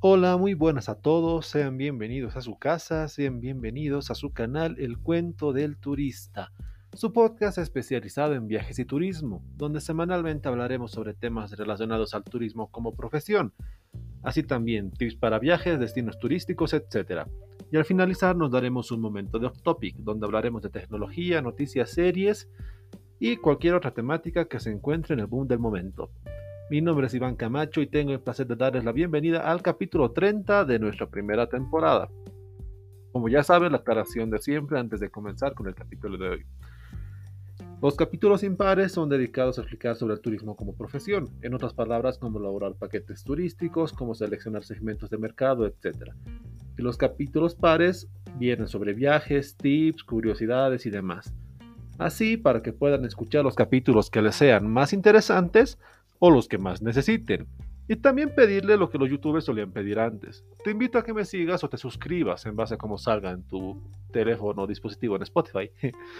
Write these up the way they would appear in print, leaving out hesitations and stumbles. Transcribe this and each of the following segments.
Hola, muy buenas a todos, sean bienvenidos a su casa, sean bienvenidos a su canal El Cuento del Turista, su podcast especializado en viajes y turismo, donde semanalmente hablaremos sobre temas relacionados al turismo como profesión, así también tips para viajes, destinos turísticos, etc. Y al finalizar nos daremos un momento de off topic, donde hablaremos de tecnología, noticias, series y cualquier otra temática que se encuentre en el boom del momento. Mi nombre es Iván Camacho y tengo el placer de darles la bienvenida al capítulo 30 de nuestra primera temporada. Como ya saben, la aclaración de siempre antes de comenzar con el capítulo de hoy. Los capítulos impares son dedicados a explicar sobre el turismo como profesión, en otras palabras, cómo elaborar paquetes turísticos, cómo seleccionar segmentos de mercado, etc. Y los capítulos pares vienen sobre viajes, tips, curiosidades y demás. Así, para que puedan escuchar los capítulos que les sean más interesantes o los que más necesiten. Y también pedirle lo que los youtubers solían pedir antes. Te invito a que me sigas o te suscribas en base a cómo salga en tu teléfono o dispositivo en Spotify.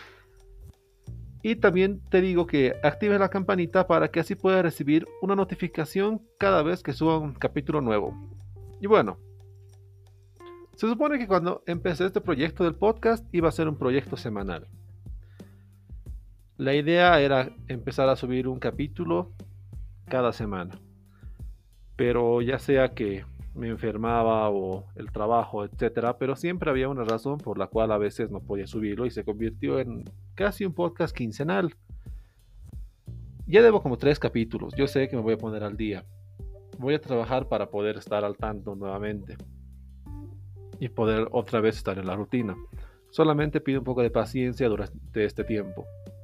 Y también te digo que actives la campanita para que así puedas recibir una notificación cada vez que suba un capítulo nuevo. Y bueno, se supone que cuando empecé este proyecto del podcast iba a ser un proyecto semanal. La idea era empezar a subir un capítulo cada semana. Pero ya sea que me enfermaba o el trabajo, etcétera, pero siempre había una razón por la cual a veces no podía subirlo y se convirtió en casi un podcast quincenal. Ya debo como 3 capítulos, yo sé que me voy a poner al día. Voy a trabajar para poder estar al tanto nuevamente y poder otra vez estar en la rutina. Solamente pido un poco de paciencia durante este tiempo.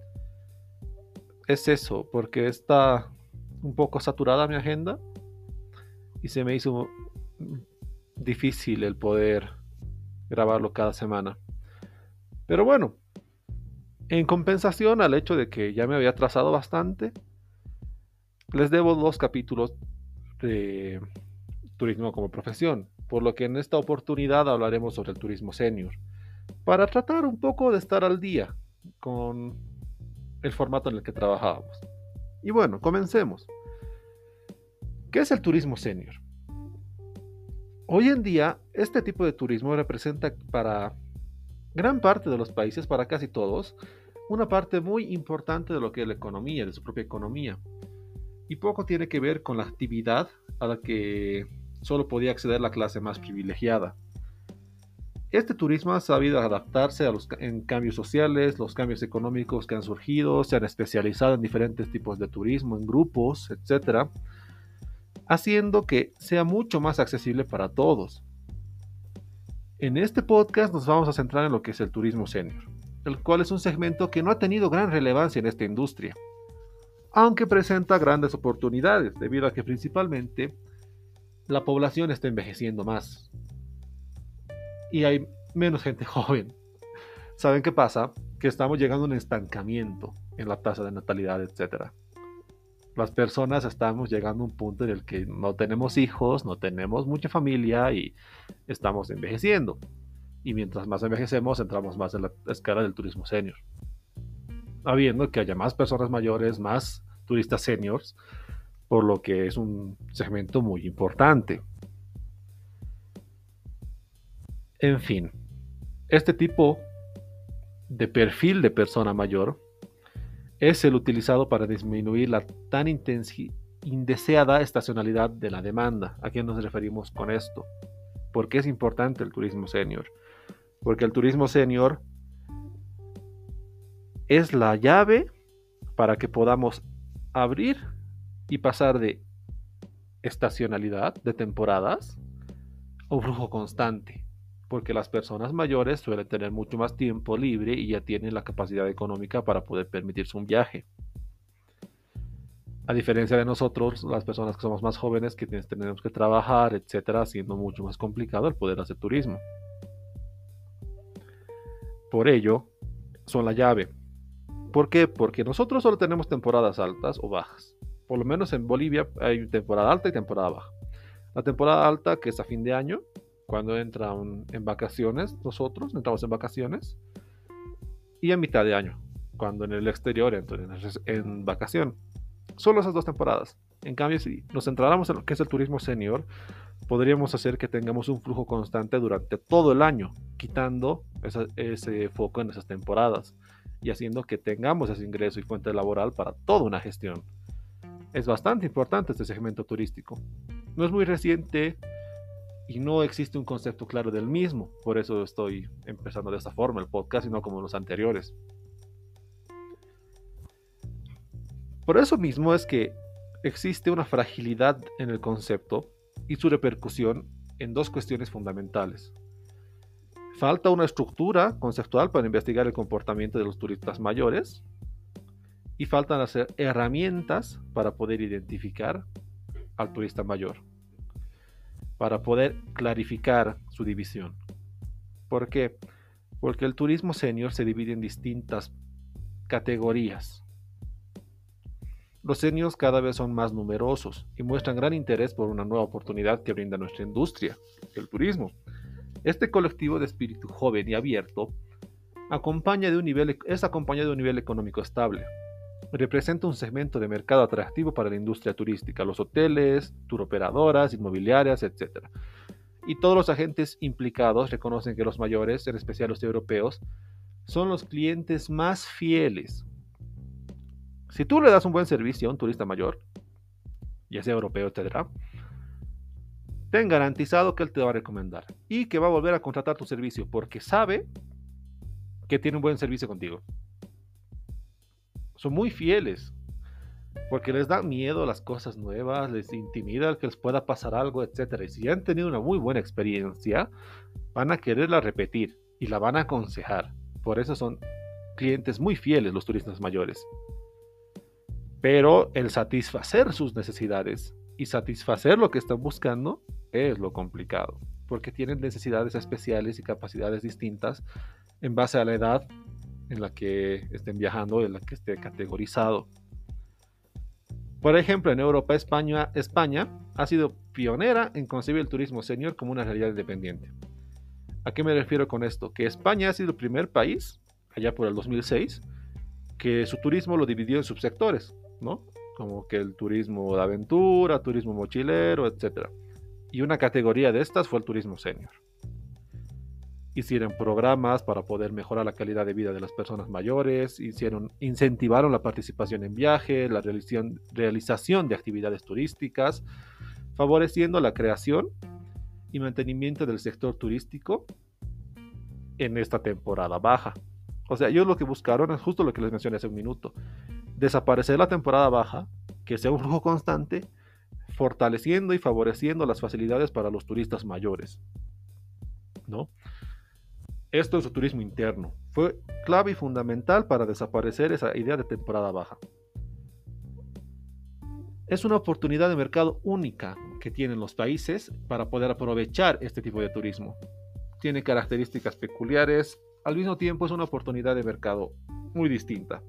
Es eso, porque está un poco saturada mi agenda y se me hizo difícil el poder grabarlo cada semana. Pero bueno, en compensación al hecho de que ya me había atrasado bastante, les debo 2 capítulos de turismo como profesión, por lo que en esta oportunidad hablaremos sobre el turismo senior, para tratar un poco de estar al día con el formato en el que trabajábamos. Y bueno, comencemos. ¿Qué es el turismo senior? Hoy en día, este tipo de turismo representa para gran parte de los países, para casi todos, una parte muy importante de lo que es la economía, de su propia economía. Y poco tiene que ver con la actividad a la que solo podía acceder la clase más privilegiada. Este turismo ha sabido adaptarse a los cambios sociales, los cambios económicos que han surgido, se han especializado en diferentes tipos de turismo, en grupos, etc., haciendo que sea mucho más accesible para todos. En este podcast nos vamos a centrar en lo que es el turismo senior, el cual es un segmento que no ha tenido gran relevancia en esta industria, aunque presenta grandes oportunidades debido a que principalmente la población está envejeciendo más y hay menos gente joven. ¿Saben qué pasa? Que estamos llegando a un estancamiento en la tasa de natalidad, etc. Las personas estamos llegando a un punto en el que no tenemos hijos, no tenemos mucha familia y estamos envejeciendo. Y mientras más envejecemos, entramos más en la escala del turismo senior. Habiendo que haya más personas mayores, más turistas seniors, por lo que es un segmento muy importante. En fin, este tipo de perfil de persona mayor es el utilizado para disminuir la tan indeseada estacionalidad de la demanda. ¿A qué nos referimos con esto? ¿Por qué es importante el turismo senior? Porque el turismo senior es la llave para que podamos abrir y pasar de estacionalidad, de temporadas, a un flujo constante, porque las personas mayores suelen tener mucho más tiempo libre y ya tienen la capacidad económica para poder permitirse un viaje. A diferencia de nosotros, las personas que somos más jóvenes, que tenemos que trabajar, etcétera, siendo mucho más complicado el poder hacer turismo. Por ello, son la llave. ¿Por qué? Porque nosotros solo tenemos temporadas altas o bajas. Por lo menos en Bolivia hay temporada alta y temporada baja. La temporada alta, que es a fin de año, cuando entran en vacaciones, nosotros entramos en vacaciones, y a mitad de año, cuando en el exterior entran en vacación. Solo esas 2 temporadas. En cambio, si nos centráramos en lo que es el turismo senior, podríamos hacer que tengamos un flujo constante durante todo el año, quitando ese foco en esas temporadas y haciendo que tengamos ese ingreso y fuente laboral para toda una gestión. Es bastante importante este segmento turístico. No es muy reciente y no existe un concepto claro del mismo, por eso estoy empezando de esta forma el podcast y no como los anteriores. Por eso mismo es que existe una fragilidad en el concepto y su repercusión en dos cuestiones fundamentales. Falta una estructura conceptual para investigar el comportamiento de los turistas mayores y faltan las herramientas para poder identificar al turista mayor, para poder clarificar su división. ¿Por qué? Porque el turismo senior se divide en distintas categorías. Los seniors cada vez son más numerosos y muestran gran interés por una nueva oportunidad que brinda nuestra industria, el turismo. Este colectivo de espíritu joven y abierto es acompañado de un nivel económico estable. Representa un segmento de mercado atractivo para la industria turística, los hoteles, turoperadoras, inmobiliarias, etc. Y todos los agentes implicados reconocen que los mayores, en especial los europeos, son los clientes más fieles. Si tú le das un buen servicio a un turista mayor, ya sea europeo, etc., ten garantizado que él te va a recomendar y que va a volver a contratar tu servicio porque sabe que tiene un buen servicio contigo. Son muy fieles porque les da miedo las cosas nuevas, les intimida que les pueda pasar algo, etc. Y si han tenido una muy buena experiencia, van a quererla repetir y la van a aconsejar. Por eso son clientes muy fieles los turistas mayores. Pero el satisfacer sus necesidades y satisfacer lo que están buscando es lo complicado, porque tienen necesidades especiales y capacidades distintas en base a la edad en la que estén viajando, en la que esté categorizado. Por ejemplo, en Europa, España ha sido pionera en concebir el turismo senior como una realidad independiente. ¿A qué me refiero con esto? Que España ha sido el primer país, allá por el 2006, que su turismo lo dividió en subsectores, ¿no? Como que el turismo de aventura, turismo mochilero, etc. Y una categoría de estas fue el turismo senior. Hicieron programas para poder mejorar la calidad de vida de las personas mayores, incentivaron la participación en viajes, la realización de actividades turísticas, favoreciendo la creación y mantenimiento del sector turístico en esta temporada baja. O sea, ellos lo que buscaron es justo lo que les mencioné hace un minuto: desaparecer la temporada baja, que sea un flujo constante, fortaleciendo y favoreciendo las facilidades para los turistas mayores, ¿no? Esto es su turismo interno. Fue clave y fundamental para desaparecer esa idea de temporada baja. Es una oportunidad de mercado única que tienen los países para poder aprovechar este tipo de turismo. Tiene características peculiares, al mismo tiempo es una oportunidad de mercado muy distinta.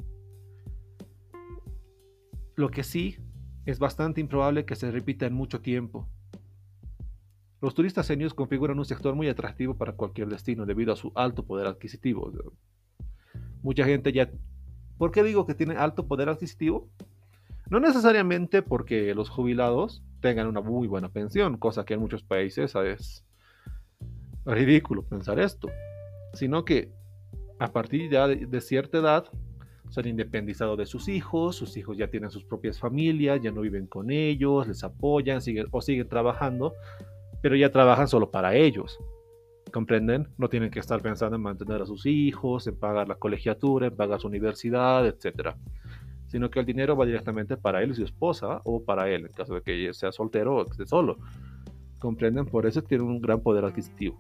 Lo que sí es bastante improbable que se repita en mucho tiempo. Los turistas seniors configuran un sector muy atractivo para cualquier destino debido a su alto poder adquisitivo. Mucha gente ya... ¿Por qué digo que tiene alto poder adquisitivo? No necesariamente porque los jubilados tengan una muy buena pensión, cosa que en muchos países es ridículo pensar esto, sino que a partir ya de cierta edad se han independizado de sus hijos ya tienen sus propias familias, ya no viven con ellos, les apoyan, siguen trabajando, pero ya trabajan solo para ellos. ¿Comprenden? No tienen que estar pensando en mantener a sus hijos, en pagar la colegiatura, en pagar su universidad, etc. Sino que el dinero va directamente para él y su esposa, o para él, en caso de que sea soltero o que esté solo. ¿Comprenden? Por eso tienen un gran poder adquisitivo.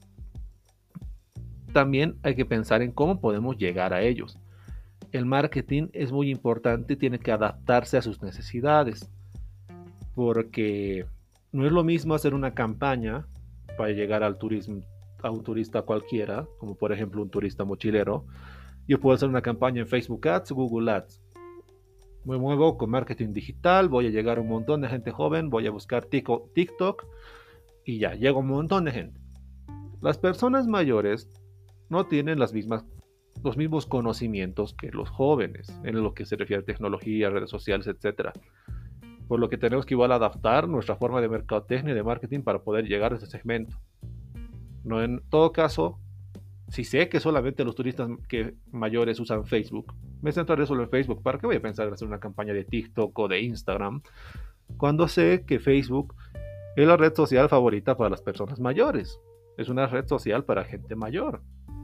También hay que pensar en cómo podemos llegar a ellos. El marketing es muy importante y tiene que adaptarse a sus necesidades, porque no es lo mismo hacer una campaña para llegar al turismo, a un turista cualquiera, como por ejemplo un turista mochilero. Yo puedo hacer una campaña en Facebook Ads, Google Ads. Me muevo con marketing digital, voy a llegar a un montón de gente joven, voy a buscar TikTok y ya, llega un montón de gente. Las personas mayores no tienen las mismas los mismos conocimientos que los jóvenes en lo que se refiere a tecnología, redes sociales, etcétera. Por lo que tenemos que igual adaptar nuestra forma de mercadotecnia y de marketing para poder llegar a ese segmento. No, en todo caso, si sé que solamente los turistas mayores usan Facebook, me centraré solo en Facebook. ¿Para qué voy a pensar en hacer una campaña de TikTok o de Instagram cuando sé que Facebook es la red social favorita para las personas mayores? Es una red social para gente mayor,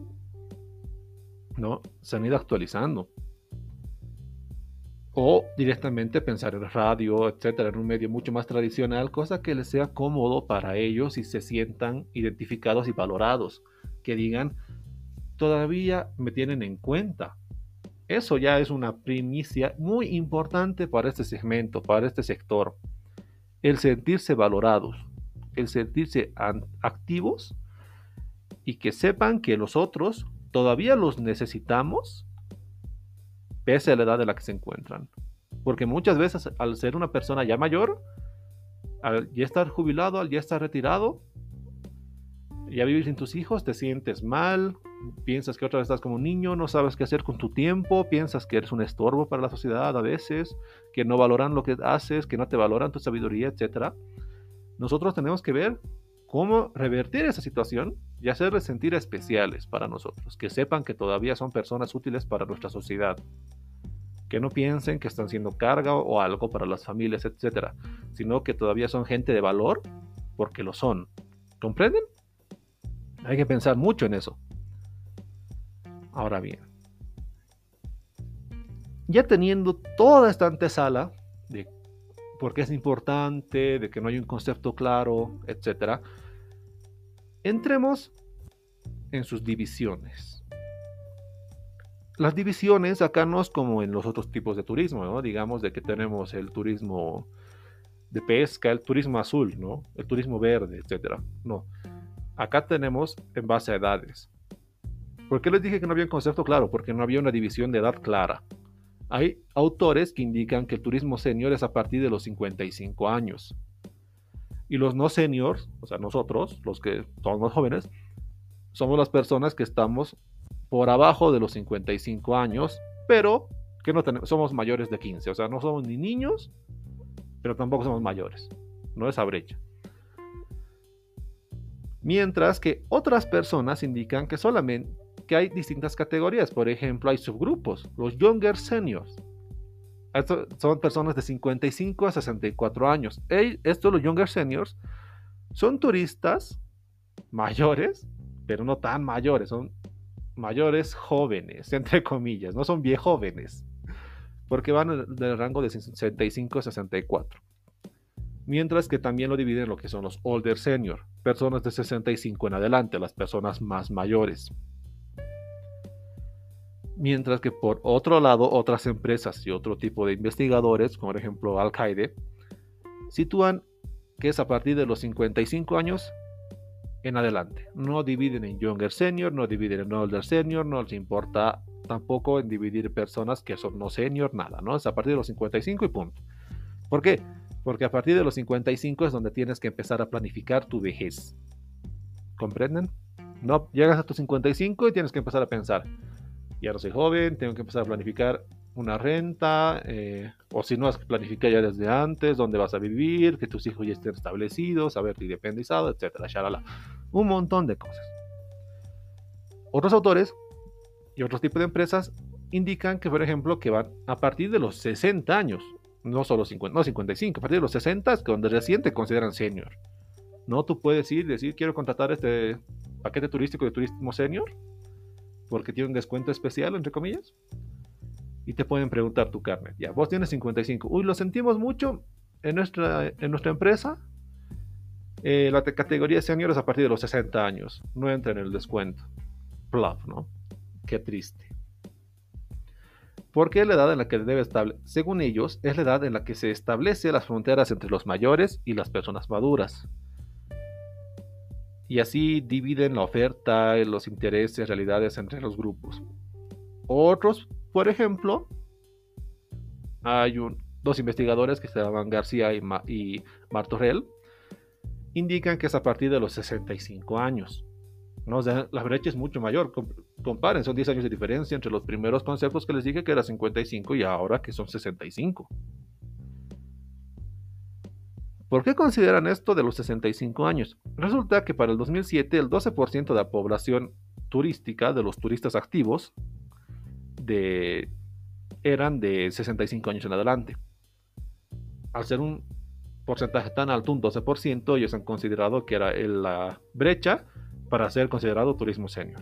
¿no? Se han ido actualizando. O directamente pensar en radio, etcétera, en un medio mucho más tradicional, cosa que les sea cómodo para ellos y se sientan identificados y valorados. Que digan, todavía me tienen en cuenta. Eso ya es una primicia muy importante para este segmento, para este sector. El sentirse valorados, el sentirse activos y que sepan que nosotros todavía los necesitamos pese a la edad en la que se encuentran. Porque muchas veces al ser una persona ya mayor, al ya estar jubilado, al ya estar retirado, ya vivir sin tus hijos, te sientes mal, piensas que otra vez estás como un niño, no sabes qué hacer con tu tiempo, piensas que eres un estorbo para la sociedad a veces, que no valoran lo que haces, que no te valoran tu sabiduría, etc. Nosotros tenemos que ver cómo revertir esa situación y hacerles sentir especiales para nosotros, que sepan que todavía son personas útiles para nuestra sociedad, que no piensen que están siendo carga o algo para las familias, etc., sino que todavía son gente de valor porque lo son. ¿Comprenden? Hay que pensar mucho en eso. Ahora bien, ya teniendo toda esta antesala de por qué es importante, de que no hay un concepto claro, etc., entremos en sus divisiones. Las divisiones acá no es como en los otros tipos de turismo, ¿no? Digamos de que tenemos el turismo de pesca, el turismo azul, ¿no? El turismo verde, etc. No. Acá tenemos en base a edades. ¿Por qué les dije que no había un concepto claro? Porque no había una división de edad clara. Hay autores que indican que el turismo senior es a partir de los 55 años. Y los no seniors, o sea, nosotros, los que somos más jóvenes, somos las personas que estamos por abajo de los 55 años, pero que no somos mayores de 15. O sea, no somos ni niños, pero tampoco somos mayores. No esa brecha. Mientras que otras personas indican que solamente que hay distintas categorías. Por ejemplo, hay subgrupos, los younger seniors. Estos son personas de 55 a 64 años. Estos, los younger seniors, son turistas mayores, pero no tan mayores, son mayores jóvenes, entre comillas, no son viejóvenes, porque van del rango de 65 a 64. Mientras que también lo dividen en lo que son los older senior, personas de 65 en adelante, las personas más mayores. Mientras que por otro lado, otras empresas y otro tipo de investigadores, como por ejemplo Al-Qaeda, sitúan que es a partir de los 55 años en adelante. No dividen en younger senior, no dividen en older senior, no les importa tampoco en dividir personas que son no senior, nada, ¿no? Es a partir de los 55 y punto. ¿Por qué? Porque a partir de los 55 es donde tienes que empezar a planificar tu vejez. ¿Comprenden? No llegas a tus 55 y tienes que empezar a pensar, ya no soy joven, tengo que empezar a planificar una renta, o si no, has que planificar ya desde antes, dónde vas a vivir, que tus hijos ya estén establecidos, haberte independizado, etcétera, shalala. Un montón de cosas. Otros autores y otros tipos de empresas indican que, por ejemplo, que van a partir de los 60 años, no solo 50, no 55, a partir de los 60 es donde recién te consideran senior. No, tú puedes ir y decir, quiero contratar este paquete turístico de turismo senior, porque tiene un descuento especial, entre comillas, y te pueden preguntar tu carnet. Ya, vos tienes 55. Uy, lo sentimos mucho en nuestra empresa. La categoría senior es a partir de los 60 años. No entra en el descuento. Plaf, ¿no? Qué triste. Porque es la edad en la que debe establecer, según ellos, es la edad en la que se establece las fronteras entre los mayores y las personas maduras. Y así dividen la oferta, los intereses, realidades entre los grupos. Otros, por ejemplo, hay dos investigadores que se llaman García y Martorell, indican que es a partir de los 65 años. ¿no? O sea, la brecha es mucho mayor. Comparen, son 10 años de diferencia entre los primeros conceptos que les dije que era 55 y ahora que son 65. ¿Por qué consideran esto de los 65 años? Resulta que para el 2007 el 12% de la población turística, de los turistas activos, eran de 65 años en adelante. Al ser un porcentaje tan alto, un 12%, ellos han considerado que era la brecha para ser considerado turismo senior.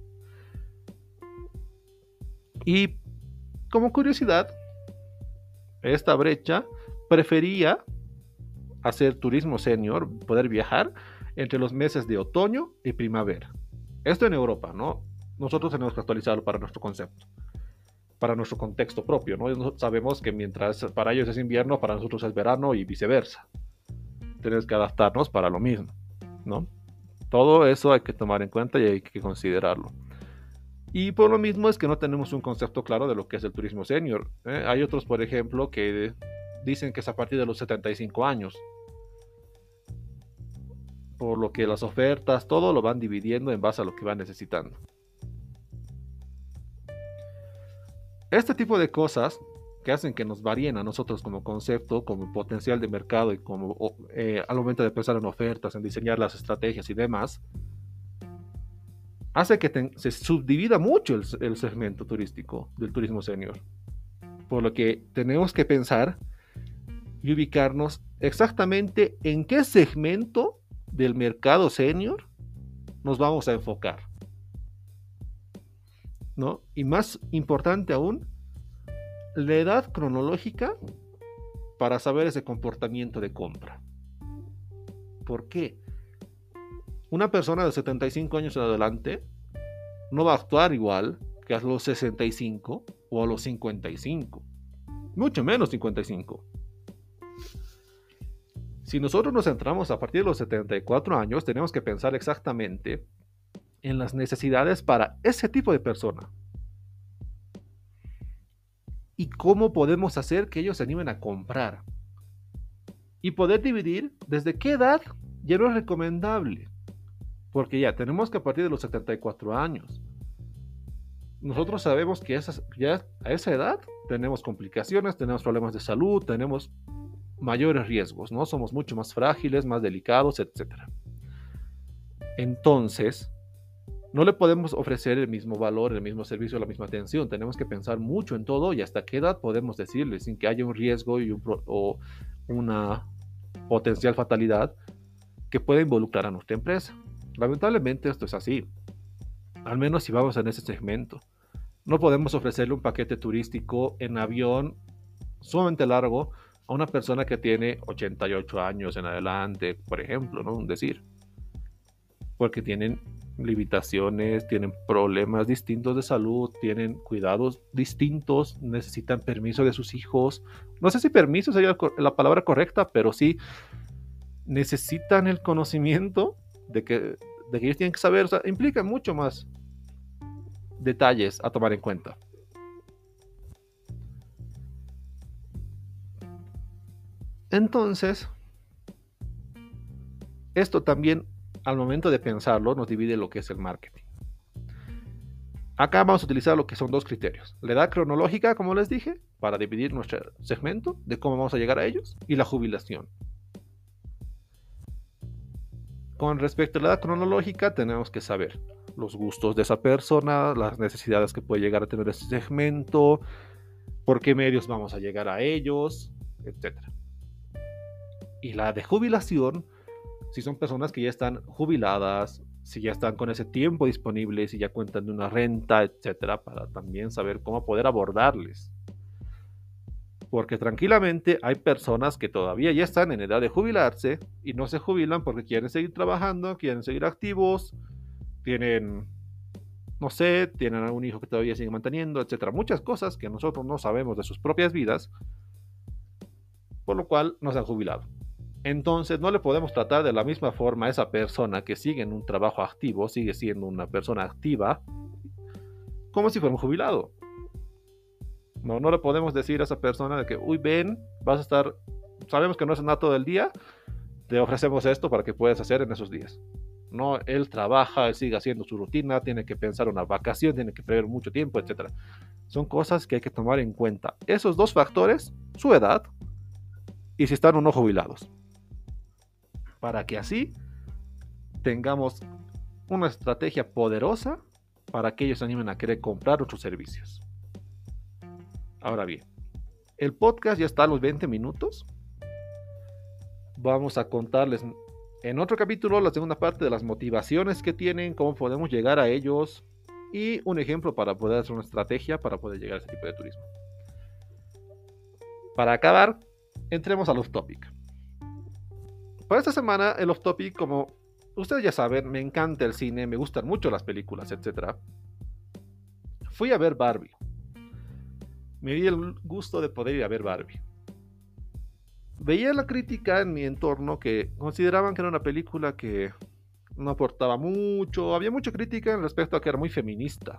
Y como curiosidad, esta brecha prefería hacer turismo senior, poder viajar entre los meses de otoño y primavera. Esto en Europa, ¿no? Nosotros tenemos que actualizarlo para nuestro concepto, para nuestro contexto propio, ¿no? Sabemos que mientras para ellos es invierno, para nosotros es verano y viceversa. Tenemos que adaptarnos para lo mismo, ¿no? Todo eso hay que tomar en cuenta y hay que considerarlo. Y por lo mismo es que no tenemos un concepto claro de lo que es el turismo senior. Hay otros, por ejemplo, que dicen que es a partir de los 75 años. Por lo que las ofertas, todo lo van dividiendo en base a lo que van necesitando. Este tipo de cosas que hacen que nos varíen a nosotros como concepto, como potencial de mercado y como al momento de pensar en ofertas, en diseñar las estrategias y demás, hace que se subdivida mucho el segmento turístico del turismo senior. Por lo que tenemos que pensar y ubicarnos exactamente en qué segmento del mercado senior nos vamos a enfocar, ¿no? Y más importante aún, la edad cronológica para saber ese comportamiento de compra. ¿Por qué? Una persona de 75 años en adelante no va a actuar igual que a los 65 o a los 55. Mucho menos 55. Si nosotros nos centramos a partir de los 74 años, tenemos que pensar exactamente en las necesidades para ese tipo de persona. Y cómo podemos hacer que ellos se animen a comprar. Y poder dividir desde qué edad ya no es recomendable. Porque ya tenemos que a partir de los 74 años. Nosotros sabemos que ya a esa edad tenemos complicaciones, tenemos problemas de salud, tenemos mayores riesgos, ¿no? Somos mucho más frágiles, más delicados, etc. Entonces, no le podemos ofrecer el mismo valor, el mismo servicio, la misma atención. Tenemos que pensar mucho en todo y hasta qué edad podemos decirle sin que haya un riesgo o una potencial fatalidad que pueda involucrar a nuestra empresa. Lamentablemente esto es así, al menos si vamos en ese segmento. No podemos ofrecerle un paquete turístico en avión sumamente largo a una persona que tiene 88 años en adelante, por ejemplo, ¿no? Un decir. Porque tienen limitaciones, tienen problemas distintos de salud, tienen cuidados distintos, necesitan permiso de sus hijos. No sé si permiso sería la palabra correcta, pero sí necesitan el conocimiento de que ellos tienen que saber. O sea, implica mucho más detalles a tomar en cuenta. Entonces, esto también, al momento de pensarlo, nos divide lo que es el marketing. Acá vamos a utilizar lo que son dos criterios. La edad cronológica, como les dije, para dividir nuestro segmento, de cómo vamos a llegar a ellos, y la jubilación. Con respecto a la edad cronológica, tenemos que saber los gustos de esa persona, las necesidades que puede llegar a tener ese segmento, por qué medios vamos a llegar a ellos, etc. Y la de jubilación, si son personas que ya están jubiladas, si ya están con ese tiempo disponible, si ya cuentan de una renta, etcétera, para también saber cómo poder abordarles. Porque tranquilamente hay personas que todavía ya están en edad de jubilarse y no se jubilan porque quieren seguir trabajando, quieren seguir activos, tienen, no sé, tienen algún hijo que todavía sigue manteniendo, etcétera. Muchas cosas que nosotros no sabemos de sus propias vidas, por lo cual no se han jubilado. Entonces no le podemos tratar de la misma forma a esa persona que sigue en un trabajo activo, sigue siendo una persona activa, como si fuera un jubilado. No le podemos decir a esa persona de que, uy, ven, vas a sabemos que no es nada todo el día, te ofrecemos esto para que puedas hacer en esos días. ¿no? Él trabaja, él sigue haciendo su rutina, tiene que pensar una vacación, tiene que prever mucho tiempo, etcétera. Son cosas que hay que tomar en cuenta. Esos dos factores, su edad y si están o no jubilados, para que así tengamos una estrategia poderosa para que ellos se animen a querer comprar nuestros servicios. Ahora bien, el podcast ya está a los 20 minutos. Vamos a contarles en otro capítulo la segunda parte de las motivaciones que tienen, cómo podemos llegar a ellos y un ejemplo para poder hacer una estrategia para poder llegar a ese tipo de turismo. Para acabar, entremos al off-topic. Para esta semana, el off-topic, como ustedes ya saben, me encanta el cine, me gustan mucho las películas, etc. Fui a ver Barbie. Me di el gusto de poder ir a ver Barbie. Veía la crítica en mi entorno que consideraban que era una película que no aportaba mucho, había mucha crítica en respecto a que era muy feminista.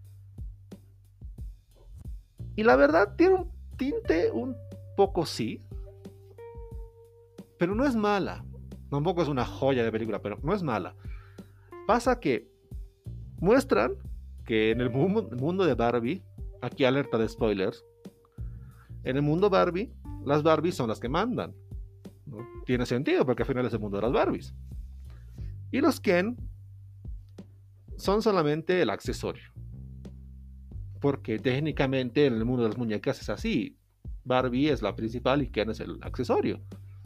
Y la verdad tiene un tinte un poco sí, pero no es mala. Tampoco es una joya de película, pero no es mala. Pasa que muestran que en el mundo de Barbie, aquí alerta de spoilers, en el mundo Barbie, las Barbies son las que mandan, ¿no? Tiene sentido porque al final es el mundo de las Barbies. Y los Ken son solamente el accesorio. Porque técnicamente en el mundo de las muñecas es así. Barbie es la principal y Ken es el accesorio.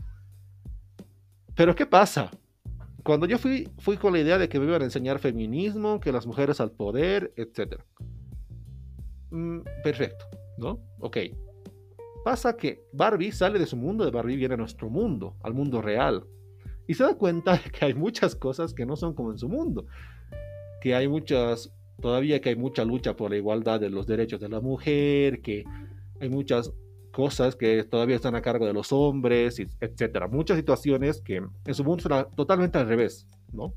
Pero ¿qué pasa? Cuando yo fui con la idea de que me iban a enseñar feminismo, que las mujeres al poder, etc. Perfecto, ¿no? Ok. Pasa que Barbie sale de su mundo de Barbie, viene a nuestro mundo, al mundo real. Y se da cuenta de que hay muchas cosas que no son como en su mundo. Que hay todavía que hay mucha lucha por la igualdad de los derechos de la mujer, que hay muchas cosas que todavía están a cargo de los hombres, etcétera. Muchas situaciones que en su mundo son totalmente al revés, ¿no?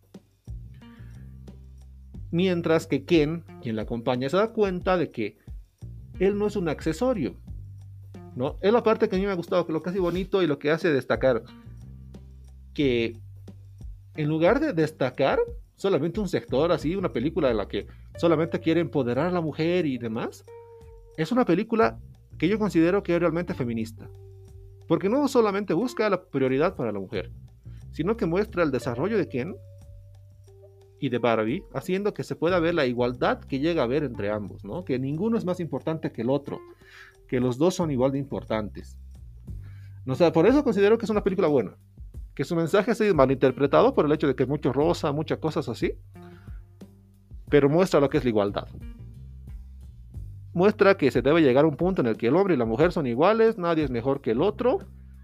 Mientras que Ken, quien la acompaña, se da cuenta de que él no es un accesorio, ¿no? Es la parte que a mí me ha gustado, que lo que hace bonito y lo que hace destacar, que en lugar de destacar solamente un sector, así, una película en la que solamente quiere empoderar a la mujer y demás, es una película que yo considero que es realmente feminista. Porque no solamente busca la prioridad para la mujer, sino que muestra el desarrollo de Ken y de Barbie, haciendo que se pueda ver la igualdad que llega a haber entre ambos, ¿no? Que ninguno es más importante que el otro, que los dos son igual de importantes. No, o sea, por eso considero que es una película buena. Que su mensaje ha sido malinterpretado por el hecho de que es mucho rosa, muchas cosas así, pero muestra lo que es la igualdad. Muestra que se debe llegar a un punto en el que el hombre y la mujer son iguales, nadie es mejor que el otro,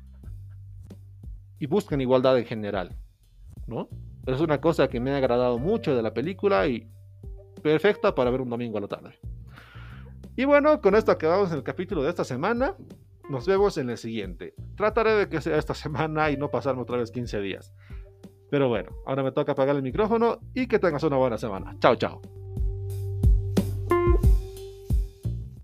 y buscan igualdad en general, ¿no? Es una cosa que me ha agradado mucho de la película y perfecta para ver un domingo a la tarde. Y bueno, con esto acabamos el capítulo de esta semana. Nos vemos en el siguiente. Trataré de que sea esta semana y no pasarme otra vez 15 días. Pero bueno, ahora me toca apagar el micrófono y que tengas una buena semana. Chao, chao.